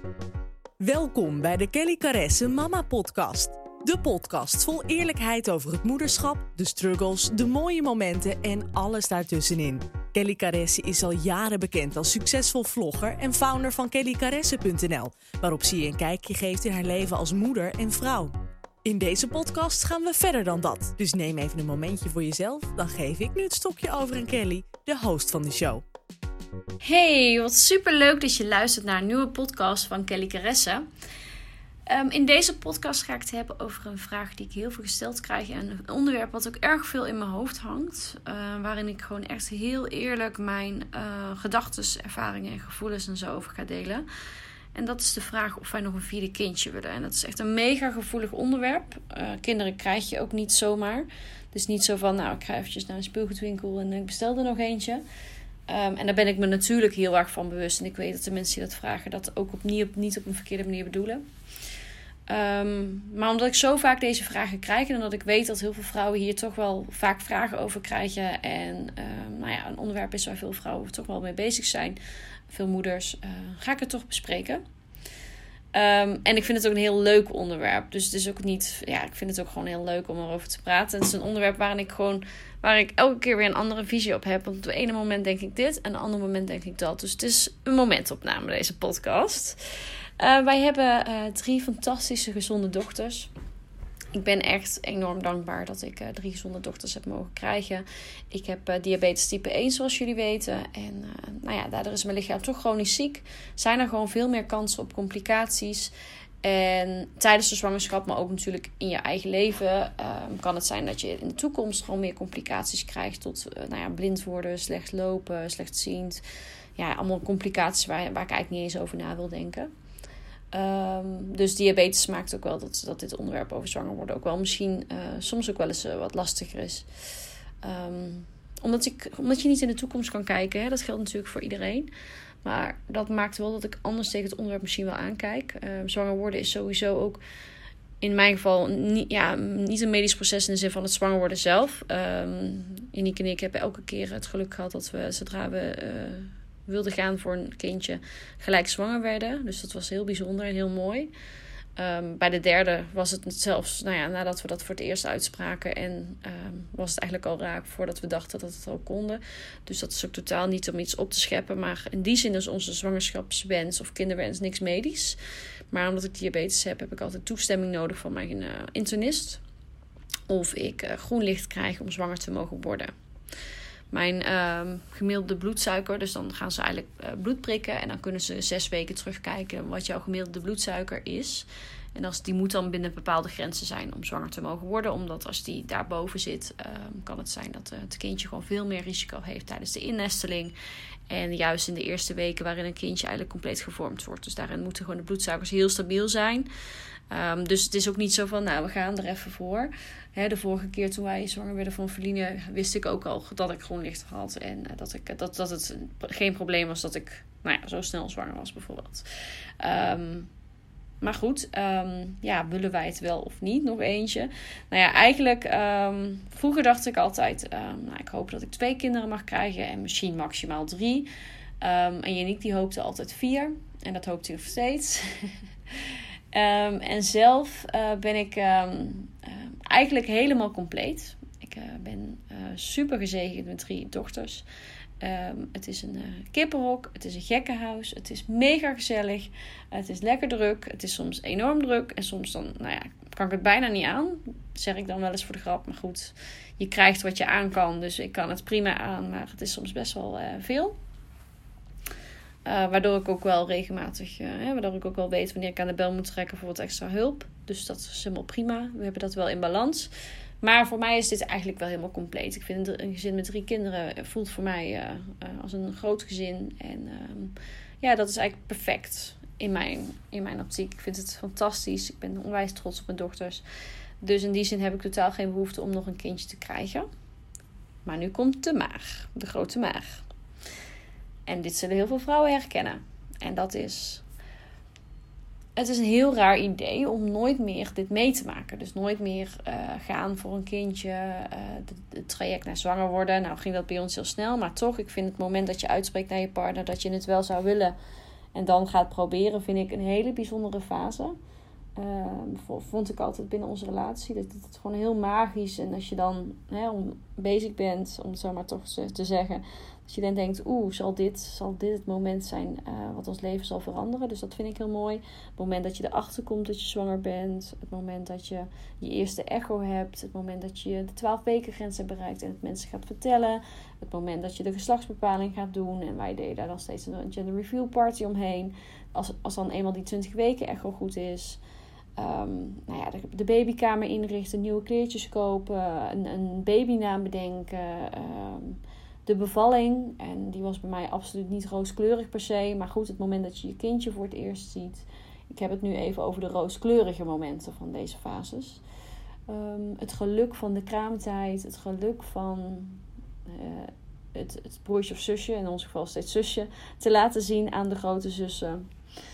Welkom bij de Kelly Caresse Mama Podcast. De podcast vol eerlijkheid over het moederschap, de struggles, de mooie momenten en alles daartussenin. Kelly Caresse is al jaren bekend als succesvol vlogger en founder van kellycaresse.nl, waarop ze je een kijkje geeft in haar leven als moeder en vrouw. In deze podcast gaan we verder dan dat, dus neem even een momentje voor jezelf, dan geef ik nu het stokje over aan Kelly, de host van de show. Hey, wat superleuk dat je luistert naar een nieuwe podcast van Kelly Caresse. In deze podcast ga ik het hebben over een vraag die ik heel veel gesteld krijg. En een onderwerp wat ook erg veel in mijn hoofd hangt. Waarin ik gewoon echt heel eerlijk mijn gedachten, ervaringen en gevoelens en zo over ga delen. En dat is de vraag of wij nog een vierde kindje willen. En dat is echt een mega gevoelig onderwerp. Kinderen krijg je ook niet zomaar. Dus niet zo van, ik ga eventjes naar een speelgoedwinkel en ik bestel er nog eentje. En daar ben ik me natuurlijk heel erg van bewust. En ik weet dat de mensen die dat vragen dat ook niet op een verkeerde manier bedoelen. Maar omdat ik zo vaak deze vragen krijg en dat ik weet dat heel veel vrouwen hier toch wel vaak vragen over krijgen. En een onderwerp is waar veel vrouwen toch wel mee bezig zijn. Veel moeders. Ga ik het toch bespreken. En ik vind het ook een heel leuk onderwerp. Dus het is ook niet... ik vind het ook gewoon heel leuk om erover te praten. Het is een onderwerp waar ik elke keer weer een andere visie op heb. Want op het ene moment denk ik dit en op het andere moment denk ik dat. Dus het is een momentopname, deze podcast. Wij hebben 3 fantastische gezonde dochters. Ik ben echt enorm dankbaar dat ik 3 gezonde dochters heb mogen krijgen. Ik heb diabetes type 1, zoals jullie weten. En daardoor is mijn lichaam toch chronisch ziek. Zijn er gewoon veel meer kansen op complicaties. En tijdens de zwangerschap, maar ook natuurlijk in je eigen leven, kan het zijn dat je in de toekomst gewoon meer complicaties krijgt. Tot blind worden, slecht lopen, slechtziend. Ja, allemaal complicaties waar ik eigenlijk niet eens over na wil denken. Dus diabetes maakt ook wel dat dit onderwerp over zwanger worden ook wel misschien soms ook wel eens wat lastiger is. Omdat je niet in de toekomst kan kijken. Hè? Dat geldt natuurlijk voor iedereen. Maar dat maakt wel dat ik anders tegen het onderwerp misschien wel aankijk. Zwanger worden is sowieso ook in mijn geval niet een medisch proces in de zin van het zwanger worden zelf. Uniek en ik hebben elke keer het geluk gehad dat we zodra we wilden gaan voor een kindje gelijk zwanger werden. Dus dat was heel bijzonder en heel mooi. Bij de derde was het zelfs, nadat we dat voor het eerst uitspraken. En was het eigenlijk al raak voordat we dachten dat het al konden. Dus dat is ook totaal niet om iets op te scheppen. Maar in die zin is onze zwangerschapswens of kinderwens niks medisch. Maar omdat ik diabetes heb ik altijd toestemming nodig van mijn internist. Of ik groen licht krijg om zwanger te mogen worden. Mijn gemiddelde bloedsuiker, dus dan gaan ze eigenlijk bloed prikken. En dan kunnen ze 6 weken terugkijken wat jouw gemiddelde bloedsuiker is. En die moet dan binnen bepaalde grenzen zijn om zwanger te mogen worden. Omdat als die daarboven zit, kan het zijn dat het kindje gewoon veel meer risico heeft tijdens de innesteling. En juist in de eerste weken waarin een kindje eigenlijk compleet gevormd wordt. Dus daarin moeten gewoon de bloedsuikers heel stabiel zijn. Dus het is ook niet zo van, we gaan er even voor. De vorige keer toen wij zwanger werden van Feline, wist ik ook al dat ik groen licht had. En dat het geen probleem was dat ik zo snel zwanger was bijvoorbeeld. Maar goed, willen wij het wel of niet? Nog eentje. Eigenlijk, vroeger dacht ik altijd, ik hoop dat ik 2 kinderen mag krijgen en misschien maximaal 3. En Yannick die hoopte altijd 4. En dat hoopt hij nog steeds. En zelf ben ik eigenlijk helemaal compleet. Ik ben super gezegend met 3 dochters. Het is een kippenhok. Het is een gekkenhuis. Het is mega gezellig. Het is lekker druk. Het is soms enorm druk. En soms dan, kan ik het bijna niet aan. Zeg ik dan wel eens voor de grap. Maar goed, je krijgt wat je aan kan. Dus ik kan het prima aan. Maar het is soms best wel veel. Waardoor ik ook wel regelmatig, waardoor ik ook wel weet wanneer ik aan de bel moet trekken voor wat extra hulp. Dus dat is helemaal prima. We hebben dat wel in balans. Maar voor mij is dit eigenlijk wel helemaal compleet. Ik vind een gezin met 3 kinderen voelt voor mij als een groot gezin. En dat is eigenlijk perfect in mijn optiek. Ik vind het fantastisch. Ik ben onwijs trots op mijn dochters. Dus in die zin heb ik totaal geen behoefte om nog een kindje te krijgen. Maar nu komt de maag. De grote maag. En dit zullen heel veel vrouwen herkennen. En dat is... Het is een heel raar idee om nooit meer dit mee te maken. Dus nooit meer gaan voor een kindje. Het traject naar zwanger worden. Nou ging dat bij ons heel snel. Maar toch, ik vind het moment dat je uitspreekt naar je partner dat je het wel zou willen. En dan gaat proberen, vind ik een hele bijzondere fase. Vond ik altijd binnen onze relatie. Dat het gewoon heel magisch. En als je dan bezig bent, om het zo maar toch te zeggen. Dat je dan denkt, zal dit het moment zijn wat ons leven zal veranderen. Dus dat vind ik heel mooi. Het moment dat je erachter komt dat je zwanger bent. Het moment dat je je eerste echo hebt. Het moment dat je de 12 weken grens hebt bereikt en het mensen gaat vertellen. Het moment dat je de geslachtsbepaling gaat doen. En wij deden daar dan steeds een gender reveal party omheen. Als dan eenmaal die 20 weken echo goed is. De babykamer inrichten, nieuwe kleertjes kopen, een babynaam bedenken, de bevalling. En die was bij mij absoluut niet rooskleurig per se. Maar goed, het moment dat je je kindje voor het eerst ziet. Ik heb het nu even over de rooskleurige momenten van deze fases. Het geluk van de kraamtijd, het geluk van het broertje of zusje, in ons geval steeds zusje, te laten zien aan de grote zussen.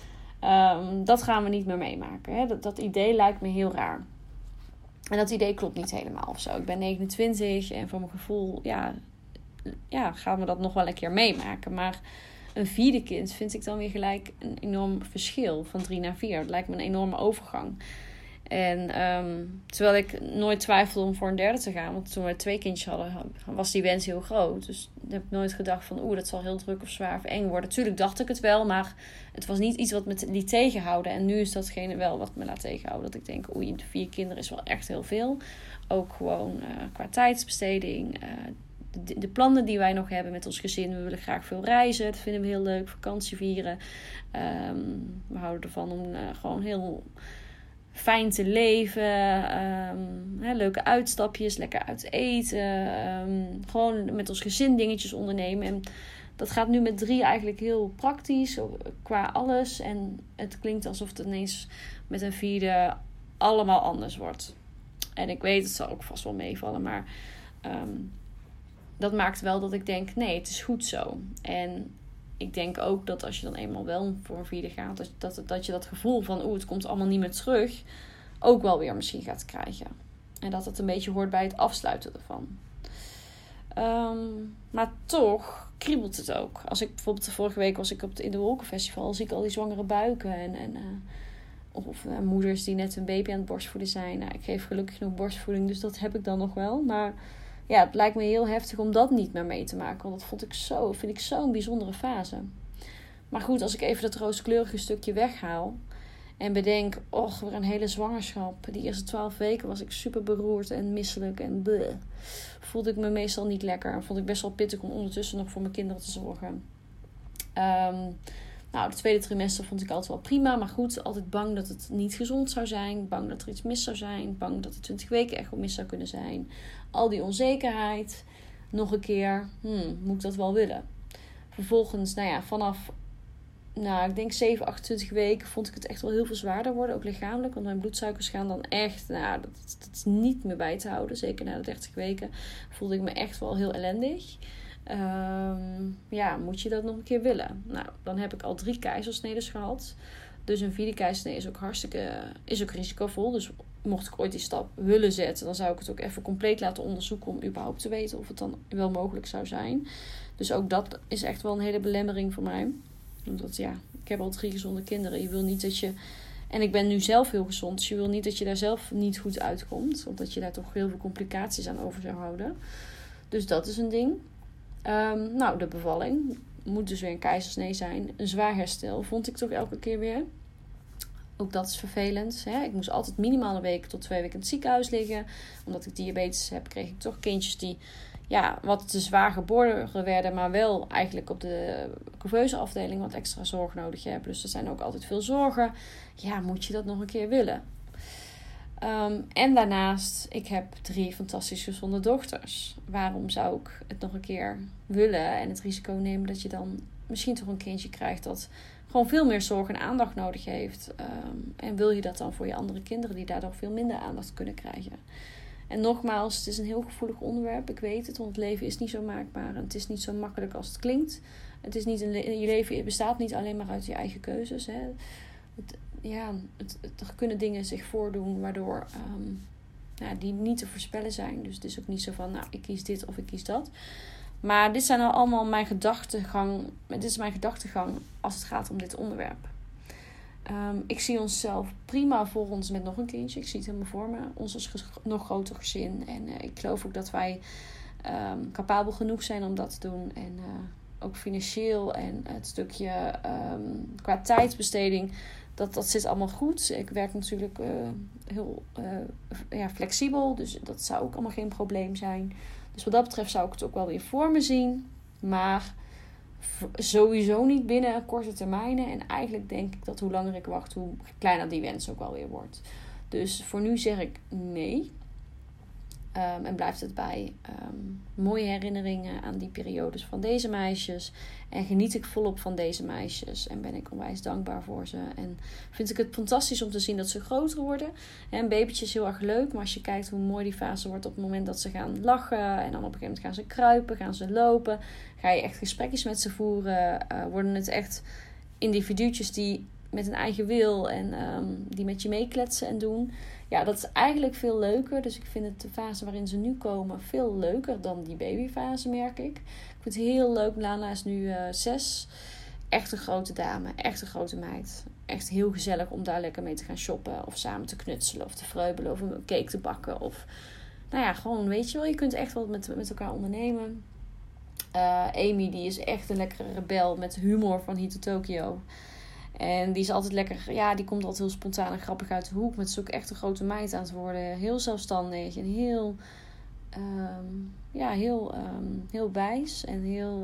Dat gaan we niet meer meemaken. Hè? Dat idee lijkt me heel raar. En dat idee klopt niet helemaal of zo. Ik ben 29 en voor mijn gevoel gaan we dat nog wel een keer meemaken. Maar een vierde kind vind ik dan weer gelijk een enorm verschil van 3 naar 4. Het lijkt me een enorme overgang. En terwijl ik nooit twijfelde om voor een derde te gaan. Want toen we 2 kindjes hadden, was die wens heel groot. Dus ik heb nooit gedacht van dat zal heel druk of zwaar of eng worden. Tuurlijk dacht ik het wel, maar het was niet iets wat me liet tegenhouden. En nu is datgene wel wat me laat tegenhouden. Dat ik denk, 4 kinderen is wel echt heel veel. Ook gewoon qua tijdsbesteding. De plannen die wij nog hebben met ons gezin. We willen graag veel reizen. Dat vinden we heel leuk. Vakantie vieren. We houden ervan om gewoon heel fijn te leven. Leuke uitstapjes. Lekker uit eten. Gewoon met ons gezin dingetjes ondernemen. En dat gaat nu met 3 eigenlijk heel praktisch. Qua alles. En het klinkt alsof het ineens met een 4e allemaal anders wordt. En ik weet, het zal ook vast wel meevallen. Maar dat maakt wel dat ik denk, nee, het is goed zo. En ik denk ook dat als je dan eenmaal wel voor een 4e gaat, dat je dat gevoel van, het komt allemaal niet meer terug, ook wel weer misschien gaat krijgen. En dat het een beetje hoort bij het afsluiten ervan. Maar toch kriebelt het ook. Als ik bijvoorbeeld vorige week was ik in de Wolkenfestival, zie ik al die zwangere buiken of moeders die net een baby aan het borstvoeden zijn. Nou, ik geef gelukkig nog borstvoeding, dus dat heb ik dan nog wel. Maar ja, het lijkt me heel heftig om dat niet meer mee te maken. Want dat vind ik zo'n bijzondere fase. Maar goed, als ik even dat rooskleurige stukje weghaal. En bedenk, weer een hele zwangerschap. Die eerste 12 weken was ik super beroerd en misselijk en bleh. Voelde ik me meestal niet lekker. En vond ik best wel pittig om ondertussen nog voor mijn kinderen te zorgen. Het 2e trimester vond ik altijd wel prima. Maar goed, altijd bang dat het niet gezond zou zijn. Bang dat er iets mis zou zijn. Bang dat de 20 weken echt wel mis zou kunnen zijn. Al die onzekerheid. Nog een keer, moet ik dat wel willen? Vervolgens, vanaf ik denk 7, 28 weken vond ik het echt wel heel veel zwaarder worden. Ook lichamelijk. Want mijn bloedsuikers gaan dan echt, dat is niet meer bij te houden. Zeker na de 30 weken voelde ik me echt wel heel ellendig. Moet je dat nog een keer willen? Dan heb ik al 3 keizersnedes gehad. Dus een 4e keizersnede is ook risicovol. Dus mocht ik ooit die stap willen zetten, dan zou ik het ook even compleet laten onderzoeken om überhaupt te weten of het dan wel mogelijk zou zijn. Dus ook dat is echt wel een hele belemmering voor mij. Omdat ik heb al 3 gezonde kinderen. Je wil niet dat je... En ik ben nu zelf heel gezond. Dus je wil niet dat je daar zelf niet goed uitkomt. Omdat je daar toch heel veel complicaties aan over zou houden. Dus dat is een ding. De bevalling. Moet dus weer een keizersnee zijn. Een zwaar herstel vond ik toch elke keer weer. Ook dat is vervelend. Hè? Ik moest altijd minimaal een week tot 2 weken in het ziekenhuis liggen. Omdat ik diabetes heb, kreeg ik toch kindjes die wat te zwaar geboren werden. Maar wel eigenlijk op de couveuse afdeling wat extra zorg nodig hebben. Dus er zijn ook altijd veel zorgen. Ja, moet je dat nog een keer willen? En daarnaast, ik heb 3 fantastisch gezonde dochters. Waarom zou ik het nog een keer willen en het risico nemen dat je dan misschien toch een kindje krijgt dat gewoon veel meer zorg en aandacht nodig heeft? En wil je dat dan voor je andere kinderen die daardoor veel minder aandacht kunnen krijgen? En nogmaals, het is een heel gevoelig onderwerp. Ik weet het, want het leven is niet zo maakbaar. En het is niet zo makkelijk als het klinkt. Je leven bestaat niet alleen maar uit je eigen keuzes. Hè. Er kunnen dingen zich voordoen waardoor die niet te voorspellen zijn. Dus het is ook niet zo van, ik kies dit of ik kies dat. Maar dit zijn allemaal mijn gedachtegang. Dit is mijn gedachtegang als het gaat om dit onderwerp. Ik zie onszelf prima voor ons met nog een kindje. Ik zie het helemaal voor me. Ons als nog groter gezin. En ik geloof ook dat wij capabel genoeg zijn om dat te doen. En ook financieel en het stukje qua tijdsbesteding. Dat zit allemaal goed. Ik werk natuurlijk heel flexibel. Dus dat zou ook allemaal geen probleem zijn. Dus wat dat betreft zou ik het ook wel weer voor me zien. Maar sowieso niet binnen korte termijnen. En eigenlijk denk ik dat hoe langer ik wacht, hoe kleiner die wens ook wel weer wordt. Dus voor nu zeg ik nee. En blijft het bij mooie herinneringen aan die periodes van deze meisjes. En geniet ik volop van deze meisjes. En ben ik onwijs dankbaar voor ze. En vind ik het fantastisch om te zien dat ze groter worden. En babytje is heel erg leuk. Maar als je kijkt hoe mooi die fase wordt op het moment dat ze gaan lachen. En dan op een gegeven moment gaan ze kruipen, gaan ze lopen. Ga je echt gesprekjes met ze voeren. Worden het echt individuutjes die met een eigen wil en die met je meekletsen en doen. Ja, dat is eigenlijk veel leuker. Dus ik vind het de fase waarin ze nu komen veel leuker dan die babyfase, merk ik. Ik vind het heel leuk. Lana is nu 6. Echt een grote dame. Echt een grote meid. Echt heel gezellig om daar lekker mee te gaan shoppen. Of samen te knutselen of te vreubelen. Of een cake te bakken. Of nou ja, gewoon weet je wel. Je kunt echt wat met elkaar ondernemen. Amy, die is echt een lekkere rebel met humor van hier tot Tokio. En die is altijd lekker, ja, die komt altijd heel spontaan en grappig uit de hoek. Maar het is ook echt een grote meid aan het worden. Heel zelfstandig en heel wijs. En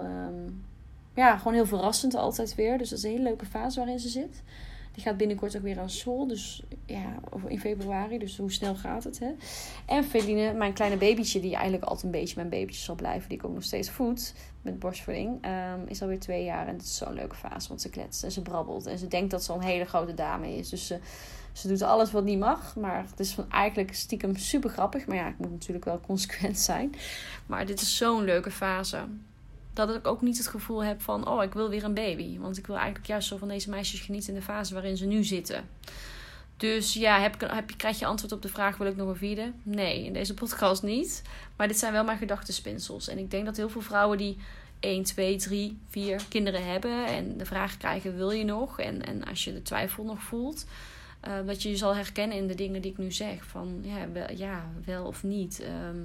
gewoon heel verrassend altijd weer. Dus dat is een hele leuke fase waarin ze zit. Die gaat binnenkort ook weer aan school. Dus ja, in februari. Dus hoe snel gaat het, hè? En Feline, mijn kleine babytje, die eigenlijk altijd een beetje mijn babytje zal blijven. Die ik ook nog steeds voed met borstvoeding. Is alweer 2 jaar. En het is zo'n leuke fase. Want ze kletst en ze brabbelt. En ze denkt dat ze al een hele grote dame is. Dus ze doet alles wat niet mag. Maar het is eigenlijk stiekem super grappig. Maar ja, ik moet natuurlijk wel consequent zijn. Maar dit is zo'n leuke fase. Dat ik ook niet het gevoel heb van, ik wil weer een baby. Want ik wil eigenlijk juist zo van deze meisjes genieten in de fase waarin ze nu zitten. Dus ja, krijg je antwoord op de vraag, wil ik nog een 4e? Nee, in deze podcast niet. Maar dit zijn wel mijn gedachtenspinsels. En ik denk dat heel veel vrouwen die 1, 2, 3, 4 kinderen hebben en de vraag krijgen, wil je nog? En als je de twijfel nog voelt, dat je je zal herkennen in de dingen die ik nu zeg. Van wel of niet.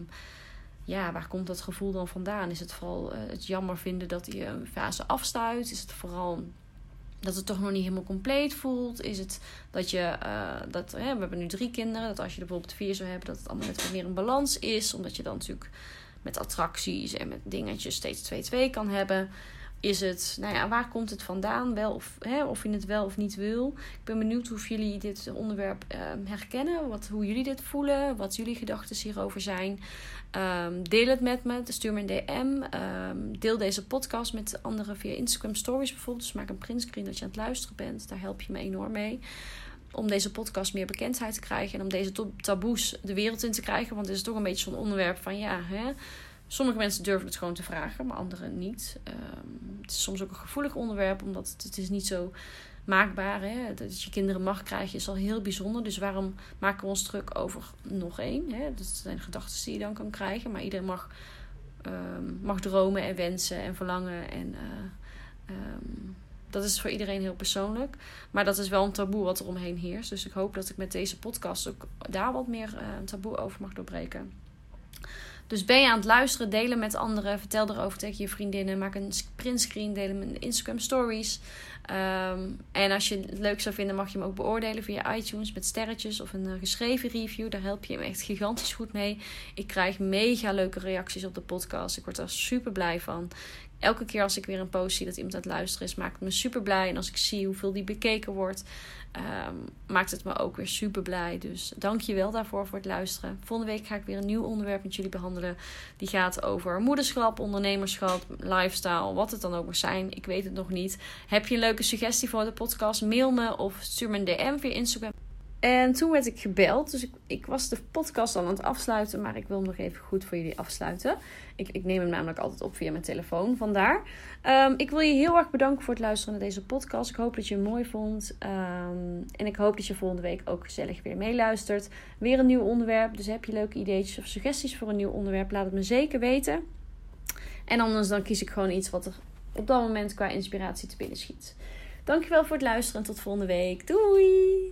Waar komt dat gevoel dan vandaan? Is het vooral het jammer vinden dat je een fase afstuit? Is het vooral dat het toch nog niet helemaal compleet voelt? Is het dat je, we hebben nu 3 kinderen, dat als je er bijvoorbeeld 4 zou hebben, dat het allemaal net wat meer een balans is, omdat je dan natuurlijk met attracties en met dingetjes steeds 2-2 kan hebben. Is het, waar komt het vandaan? Of je het wel of niet wil. Ik ben benieuwd hoe jullie dit onderwerp herkennen. Hoe jullie dit voelen. Wat jullie gedachten hierover zijn. Deel het met me. Stuur me een DM. Deel deze podcast met anderen via Instagram Stories bijvoorbeeld. Dus maak een printscreen dat je aan het luisteren bent. Daar help je me enorm mee. Om deze podcast meer bekendheid te krijgen. En om deze taboes de wereld in te krijgen. Want het is toch een beetje zo'n onderwerp van sommige mensen durven het gewoon te vragen, maar anderen niet. Het is soms ook een gevoelig onderwerp, omdat het is niet zo maakbaar. Hè? Dat je kinderen mag krijgen is al heel bijzonder. Dus waarom maken we ons druk over nog 1? Hè? Dat zijn gedachten die je dan kan krijgen. Maar iedereen mag dromen en wensen en verlangen. En dat is voor iedereen heel persoonlijk. Maar dat is wel een taboe wat er omheen heerst. Dus ik hoop dat ik met deze podcast ook daar wat meer een taboe over mag doorbreken. Dus ben je aan het luisteren, delen met anderen. Vertel erover tegen je vriendinnen. Maak een printscreen, deel hem in Instagram Stories. En als je het leuk zou vinden, mag je hem ook beoordelen via iTunes met sterretjes of een geschreven review. Daar help je hem echt gigantisch goed mee. Ik krijg mega leuke reacties op de podcast. Ik word daar super blij van. Elke keer als ik weer een post zie dat iemand aan het luisteren is, maakt het me super blij. En als ik zie hoeveel die bekeken wordt, maakt het me ook weer super blij. Dus dank je wel daarvoor voor het luisteren. Volgende week ga ik weer een nieuw onderwerp met jullie behandelen. Die gaat over moederschap, ondernemerschap, lifestyle, wat het dan ook mag zijn. Ik weet het nog niet. Heb je een leuke suggestie voor de podcast? Mail me of stuur me een DM via Instagram. En toen werd ik gebeld. Dus ik was de podcast al aan het afsluiten. Maar ik wil hem nog even goed voor jullie afsluiten. Ik neem hem namelijk altijd op via mijn telefoon. Vandaar. Ik wil je heel erg bedanken voor het luisteren naar deze podcast. Ik hoop dat je hem mooi vond. En ik hoop dat je volgende week ook gezellig weer meeluistert. Weer een nieuw onderwerp. Dus heb je leuke ideetjes of suggesties voor een nieuw onderwerp? Laat het me zeker weten. En anders dan kies ik gewoon iets wat er op dat moment qua inspiratie te binnen schiet. Dankjewel voor het luisteren en tot volgende week. Doei!